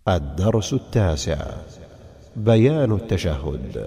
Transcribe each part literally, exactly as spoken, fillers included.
الدرس التاسع: بيان التشهد.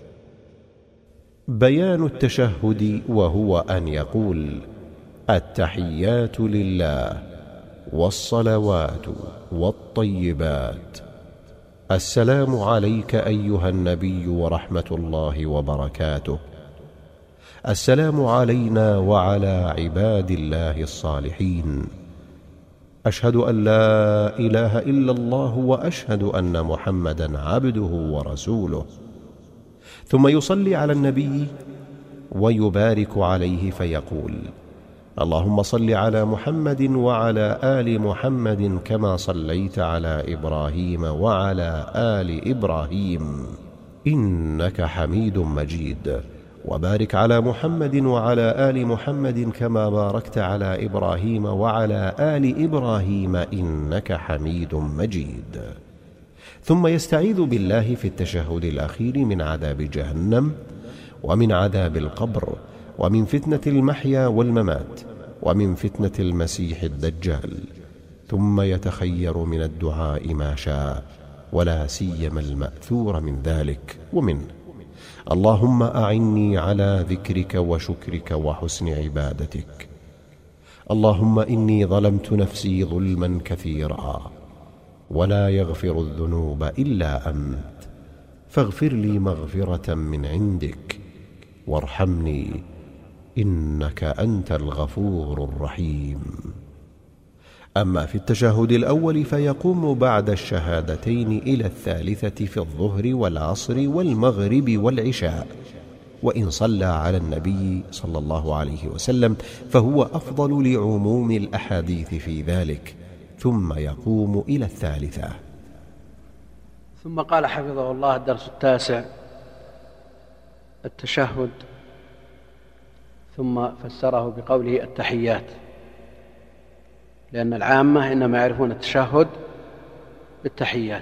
بيان التشهد وهو أن يقول: التحيات لله والصلوات والطيبات، السلام عليك أيها النبي ورحمة الله وبركاته، السلام علينا وعلى عباد الله الصالحين، أشهد أن لا إله إلا الله وأشهد أن محمدا عبده ورسوله. ثم يصلي على النبي ويبارك عليه فيقول: اللهم صل على محمد وعلى آل محمد كما صليت على إبراهيم وعلى آل إبراهيم إنك حميد مجيد، وبارك على محمد وعلى آل محمد كما باركت على إبراهيم وعلى آل إبراهيم إنك حميد مجيد. ثم يستعيذ بالله في التشهد الأخير من عذاب جهنم، ومن عذاب القبر، ومن فتنة المحيا والممات، ومن فتنة المسيح الدجال. ثم يتخير من الدعاء ما شاء، ولا سيما المأثور من ذلك، ومنه: اللهم أعني على ذكرك وشكرك وحسن عبادتك، اللهم إني ظلمت نفسي ظلما كثيرا ولا يغفر الذنوب إلا أنت، فاغفر لي مغفرة من عندك وارحمني إنك أنت الغفور الرحيم. أما في التشهد الأول فيقوم بعد الشهادتين إلى الثالثة في الظهر والعصر والمغرب والعشاء، وإن صلى على النبي صلى الله عليه وسلم فهو أفضل لعموم الأحاديث في ذلك، ثم يقوم إلى الثالثة. ثم قال حفظه الله: الدرس التاسع: التشهد. ثم فسره بقوله: التحيات، لأن العامة إنما يعرفون التشهد بالتحيات،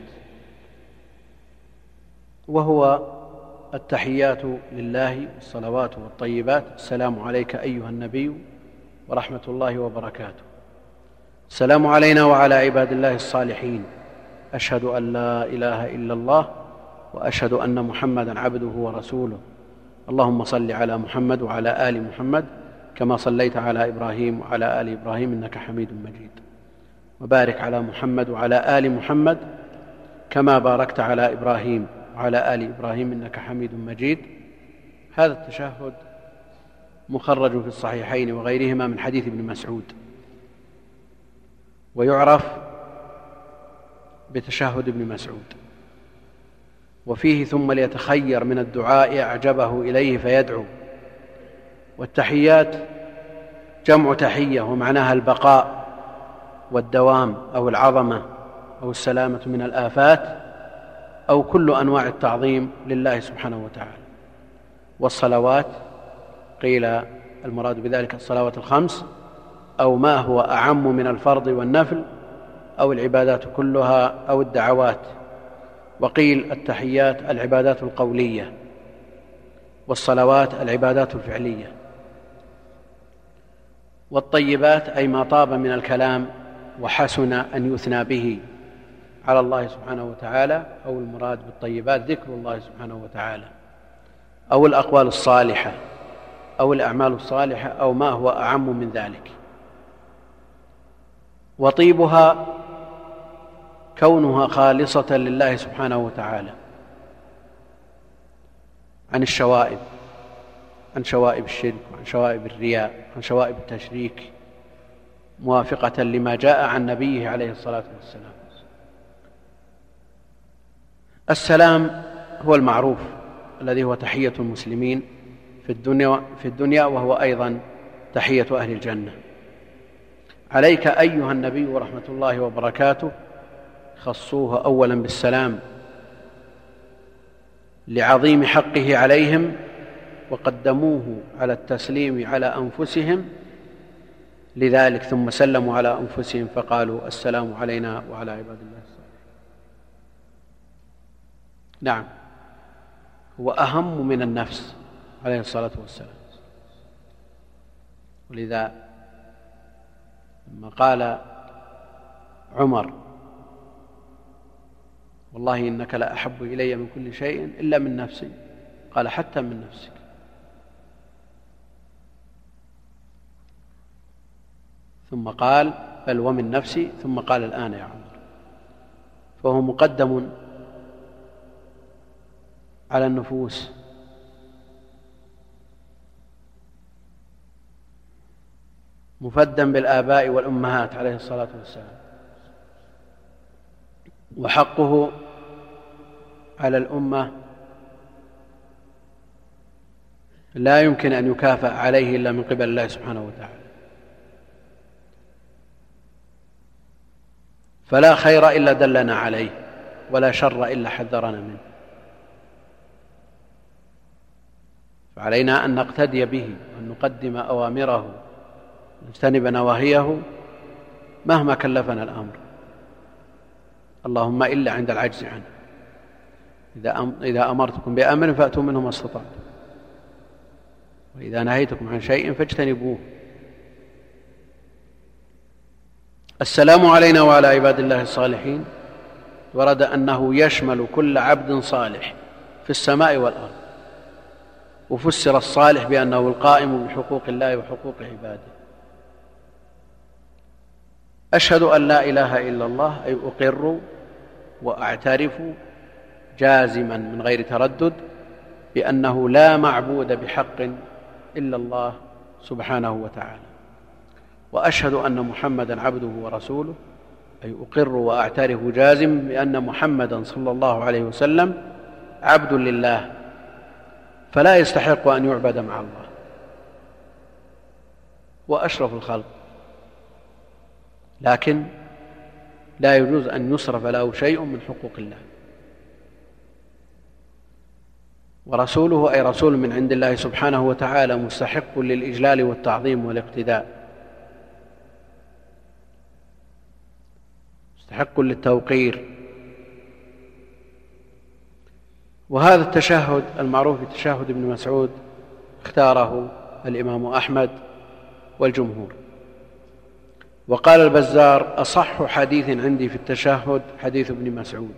وهو التحيات لله والصلوات والطيبات، السلام عليك أيها النبي ورحمة الله وبركاته، السلام علينا وعلى عباد الله الصالحين، أشهد أن لا إله إلا الله وأشهد أن محمدا عبده ورسوله، اللهم صل على محمد وعلى آل محمد كما صليت على إبراهيم وعلى آل إبراهيم إنك حميد مجيد، وبارك على محمد وعلى آل محمد كما باركت على إبراهيم وعلى آل إبراهيم إنك حميد مجيد. هذا التشهد مخرج في الصحيحين وغيرهما من حديث ابن مسعود، ويعرف بتشهد ابن مسعود، وفيه: ثم ليتخير من الدعاء أعجبه إليه فيدعو. والتحيات جمع تحية، ومعناها البقاء والدوام أو العظمة أو السلامة من الآفات أو كل أنواع التعظيم لله سبحانه وتعالى. والصلوات قيل المراد بذلك الصلوات الخمس، أو ما هو أعم من الفرض والنفل، أو العبادات كلها، أو الدعوات. وقيل التحيات العبادات القولية، والصلوات العبادات الفعلية. والطيبات أي ما طاب من الكلام وحسن أن يثنى به على الله سبحانه وتعالى، أو المراد بالطيبات ذكر الله سبحانه وتعالى، أو الأقوال الصالحة، أو الأعمال الصالحة، أو ما هو أعم من ذلك. وطيبها كونها خالصة لله سبحانه وتعالى عن الشوائب، عن شوائب الشرك، وعن شوائب الرياء، عن شوائب التشريك، موافقة لما جاء عن نبيه عليه الصلاة والسلام. السلام هو المعروف الذي هو تحية المسلمين في الدنيا, في الدنيا وهو أيضا تحية أهل الجنة. عليك أيها النبي ورحمة الله وبركاته خصوه أولا بالسلام لعظيم حقه عليهم، وقدموه على التسليم على أنفسهم، لذلك ثم سلموا على أنفسهم فقالوا: السلام علينا وعلى عباد الله الصالحين. نعم، هو أهم من النفس عليه الصلاة والسلام. ولذا لما قال عمر والله إنك لأحب إلي من كل شيء إلا من نفسي. قال حتى من نفسك. ثم قال بل ومن نفسي، ثم قال الآن يا عمر. فهو مقدم على النفوس، مفدا بالآباء والأمهات عليه الصلاة والسلام، وحقه على الأمة لا يمكن أن يكافأ عليه إلا من قبل الله سبحانه وتعالى. فلا خير إلا دلنا عليه، ولا شر إلا حذرنا منه. فعلينا أن نقتدي به وأن نقدم أوامره ونجتنب نواهيه مهما كلفنا الأمر، اللهم إلا عند العجز عنه. إذا أمرتكم بأمر فأتوا منه ما استطعتم، وإذا نهيتكم عن شيء فاجتنبوه. السلام علينا وعلى عباد الله الصالحين ورد أنه يشمل كل عبد صالح في السماء والأرض، وفسر الصالح بأنه القائم بحقوق الله وحقوق عباده. أشهد أن لا إله إلا الله، أي أقر وأعترف جازما من غير تردد بأنه لا معبود بحق إلا الله سبحانه وتعالى. وأشهد أن محمدا عبده ورسوله، أي أقر وأعترف جازم بأن محمدا صلى الله عليه وسلم عبد لله، فلا يستحق أن يعبد مع الله، وأشرف الخلق، لكن لا يجوز أن يصرف له شيء من حقوق الله. ورسوله أي رسول من عند الله سبحانه وتعالى، مستحق للإجلال والتعظيم والاقتداء، مستحق للتوقير. وهذا التشهد المعروف بتشهد ابن مسعود اختاره الإمام أحمد والجمهور. وقال البزار أصح حديث عندي في التشهد حديث ابن مسعود،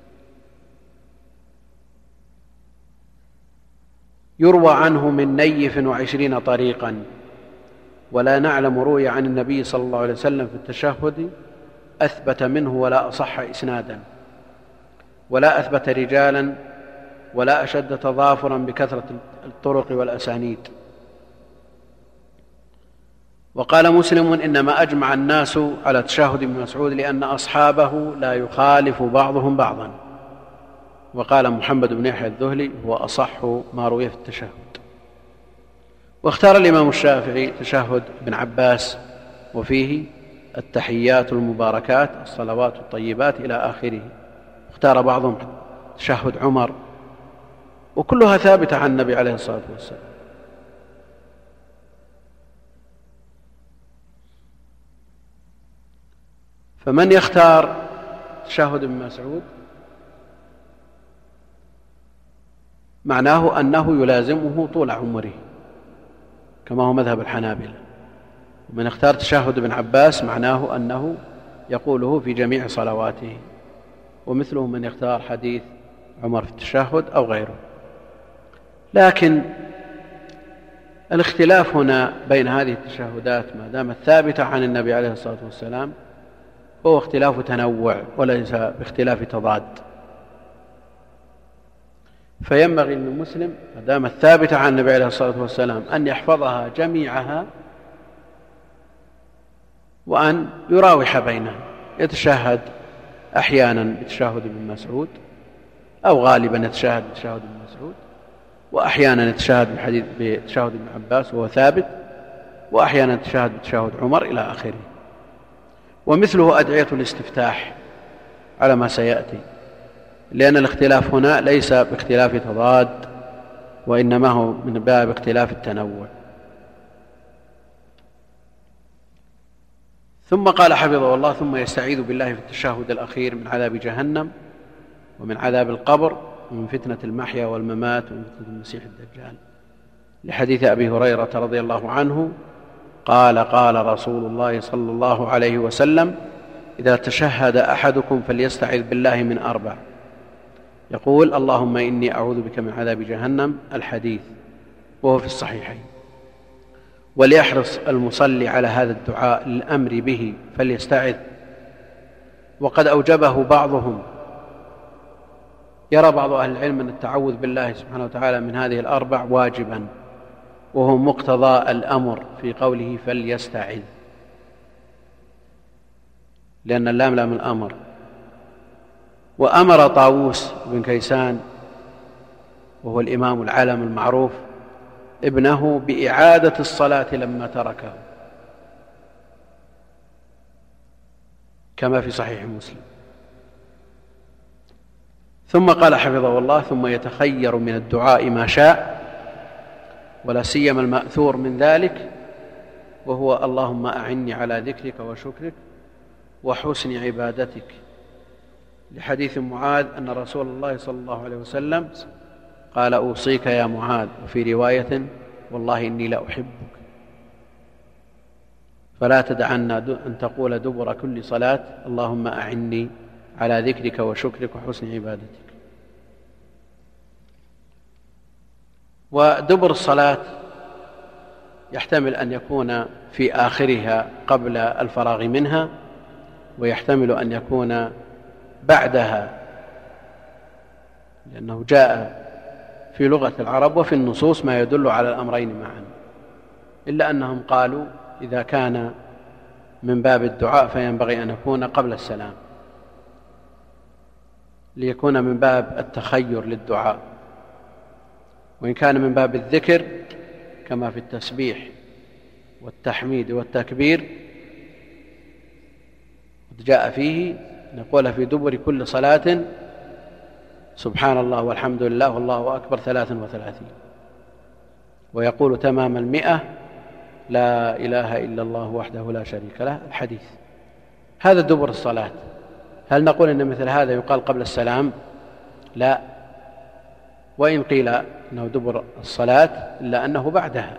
يروى عنه من نيف وعشرين طريقا، ولا نعلم روي عن النبي صلى الله عليه وسلم في التشهد أثبت منه ولا أصح إسنادا، ولا أثبت رجالا، ولا أشد تضافرا بكثرة الطرق والأسانيد. وقال مسلم إنما أجمع الناس على تشهد ابن مسعود لأن أصحابه لا يخالف بعضهم بعضا. وقال محمد بن يحيى الذهلي هو أصح ما روي في التشهد. واختار الإمام الشافعي تشهد ابن عباس، وفيه التحيات المباركات الصلوات الطيبات إلى آخره. اختار بعضهم تشهد عمر، وكلها ثابتة عن النبي عليه الصلاة والسلام. فمن يختار تشهد ابن مسعود معناه أنه يلازمه طول عمره كما هو مذهب الحنابلة. ومن اختار تشهد ابن عباس معناه أنه يقوله في جميع صلواته، ومثله من يختار حديث عمر في التشهد أو غيره. لكن الاختلاف هنا بين هذه التشهدات ما دامت ثابتة عن النبي عليه الصلاة والسلام هو اختلاف تنوع وليس باختلاف تضاد. فينبغي للمسلم ما دامت ثابتة عن النبي عليه الصلاة والسلام أن يحفظها جميعها، وأن يراوح بينها، يتشهد أحيانا بتشهد ابن مسعود، أو غالبا يتشهد بتشهد ابن مسعود، وأحيانا يتشهد بحديث بتشهد ابن عباس وهو ثابت، وأحيانا يتشهد بتشهد عمر إلى آخره. ومثله أدعية الاستفتاح على ما سيأتي، لأن الاختلاف هنا ليس باختلاف تضاد، وإنما هو من باب اختلاف التنوع. ثم قال حفظه الله: ثم يستعيذ بالله في التشهد الأخير من عذاب جهنم، ومن عذاب القبر، ومن فتنة المحيا والممات، ومن فتنة المسيح الدجال، لحديث أبي هريرة رضي الله عنه قال: قال رسول الله صلى الله عليه وسلم: إذا تشهد أحدكم فليستعذ بالله من أربع: يقول اللهم إني أعوذ بك من عذاب جهنم الحديث، وهو في الصحيحين. وليحرص المصلي على هذا الدعاء للأمر به فليستعذ، وقد أوجبه بعضهم. يرى بعض أهل العلم أن التعوذ بالله سبحانه وتعالى من هذه الأربع واجبا، وهو مقتضى الأمر في قوله فليستعذ، لأن اللام لام الأمر. وأمر طاووس بن كيسان وهو الإمام العلم المعروف ابنه بإعادة الصلاة لما تركه، كما في صحيح مسلم. ثم قال حفظه الله: ثم يتخير من الدعاء ما شاء، ولا سيما المأثور من ذلك، وهو اللهم أعني على ذكرك وشكرك وحسن عبادتك، لحديث معاذ أن رسول الله صلى الله عليه وسلم قال: أوصيك يا معاذ، وفي رواية: والله إني لأحبك، فلا تدعن أن تقول دبر كل صلاة اللهم أعني على ذكرك وشكرك وحسن عبادتك. ودبر الصلاة يحتمل أن يكون في آخرها قبل الفراغ منها، ويحتمل أن يكون بعدها، لأنه جاء في لغة العرب وفي النصوص ما يدل على الأمرين معا، إلا أنهم قالوا إذا كان من باب الدعاء فينبغي أن يكون قبل السلام، ليكون من باب التخير للدعاء. وإن كان من باب الذكر كما في التسبيح والتحميد والتكبير جاء فيه نقول في دبر كل صلاة سبحان الله والحمد لله والله أكبر ثلاثا وثلاثين، ويقول تمام المئة لا إله إلا الله وحده لا شريك له، الحديث. هذا دبر الصلاة. هل نقول إن مثل هذا يقال قبل السلام؟ لا، وإن قيل إنه دبر الصلاة إلا أنه بعدها.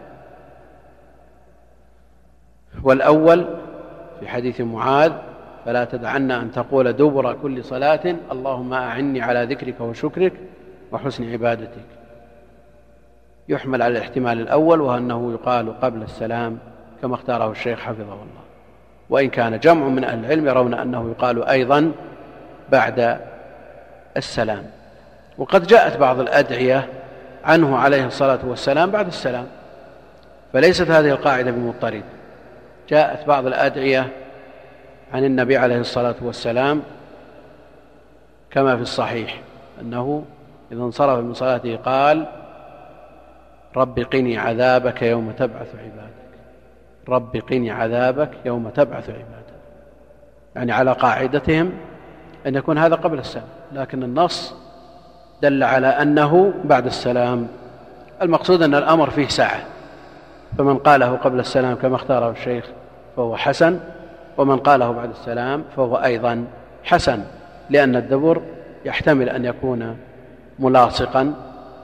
والأول في حديث معاذ: فلا تدعن أن تقول دبر كل صلاة اللهم أعني على ذكرك وشكرك وحسن عبادتك، يحمل على الاحتمال الأول، وأنه يقال قبل السلام كما اختاره الشيخ حفظه الله. وإن كان جمع من أهل العلم يرون أنه يقال أيضا بعد السلام. وقد جاءت بعض الأدعية عنه عليه الصلاة والسلام بعد السلام، فليست هذه القاعدة بمضطرد. جاءت بعض الأدعية عن النبي عليه الصلاة والسلام كما في الصحيح أنه إذا انصرف من صلاته قال: رب قني عذابك يوم تبعث عبادك، رب قني عذابك يوم تبعث عبادك، يعني على قاعدتهم أن يكون هذا قبل السلام، لكن النص دل على أنه بعد السلام. المقصود أن الأمر فيه سعة، فمن قاله قبل السلام كما اختاره الشيخ فهو حسن، ومن قاله بعد السلام فهو أيضا حسن، لأن الدبر يحتمل أن يكون ملاصقا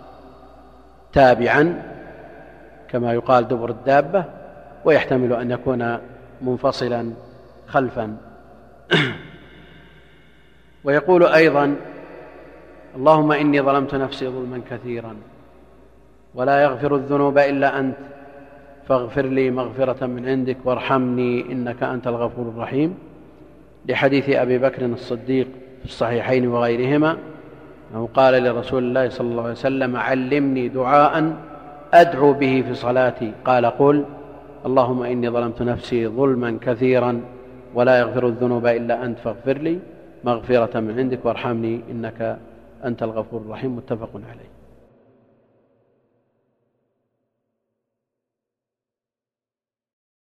تابعا كما يقال دبر الدابة، ويحتمل أن يكون منفصلا خلفا. ويقول أيضا: اللهم إني ظلمت نفسي ظلما كثيرا ولا يغفر الذنوب إلا أنت فاغفر لي مغفرة من عندك وارحمني إنك أنت الغفور الرحيم، لحديث أبي بكر الصديق في الصحيحين وغيرهما أنه قال لرسول الله صلى الله عليه وسلم: علمني دعاء أدعو به في صلاتي، قال: قل اللهم إني ظلمت نفسي ظلما كثيرا ولا يغفر الذنوب إلا أنت فاغفر لي مغفرة من عندك وارحمني إنك أنت الغفور الرحيم. متفق عليه.